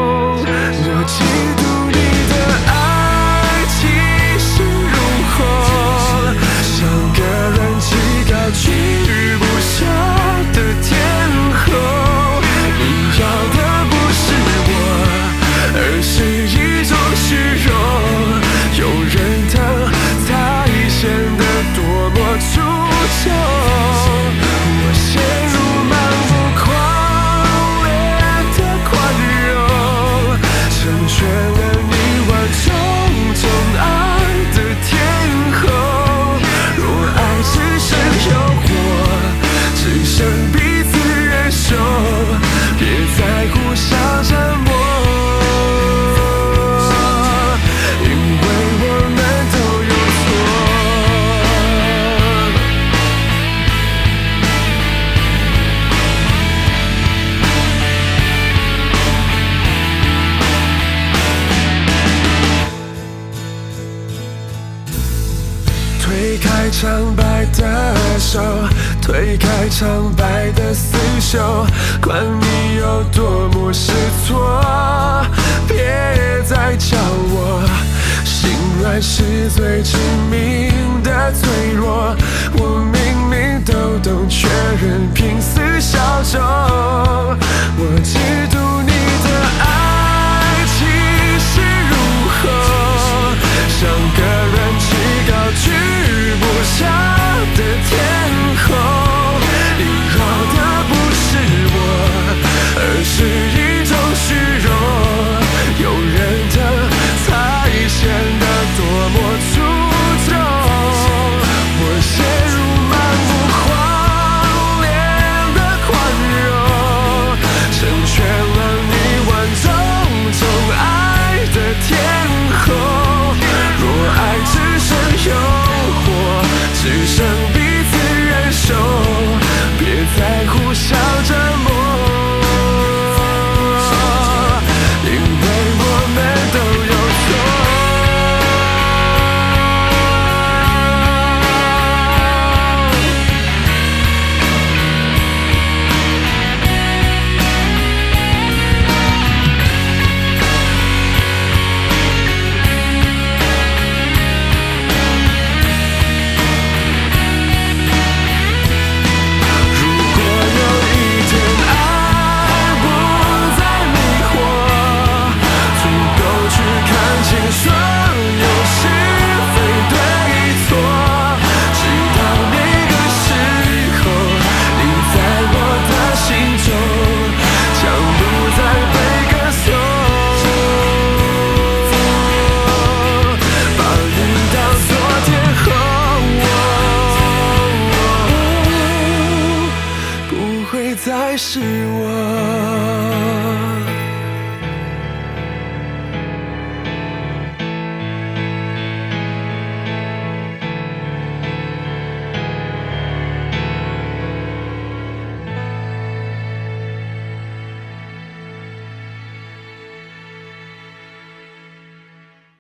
E: 我嫉妒你的爱气势如虹， 居不朽的天后。你要的不是我，而是一种虚荣。有人疼才显得多么出众。我陷入漫不狂烈的宽容，成全了你万种种爱的天后。若爱只剩诱惑，只剩彼此忍受，别再互相折磨。推开苍白的手，推开苍白的厮守，管你有多么失措，别再叫我心软是最致命的脆弱。我明明都懂，却仍拼死效忠。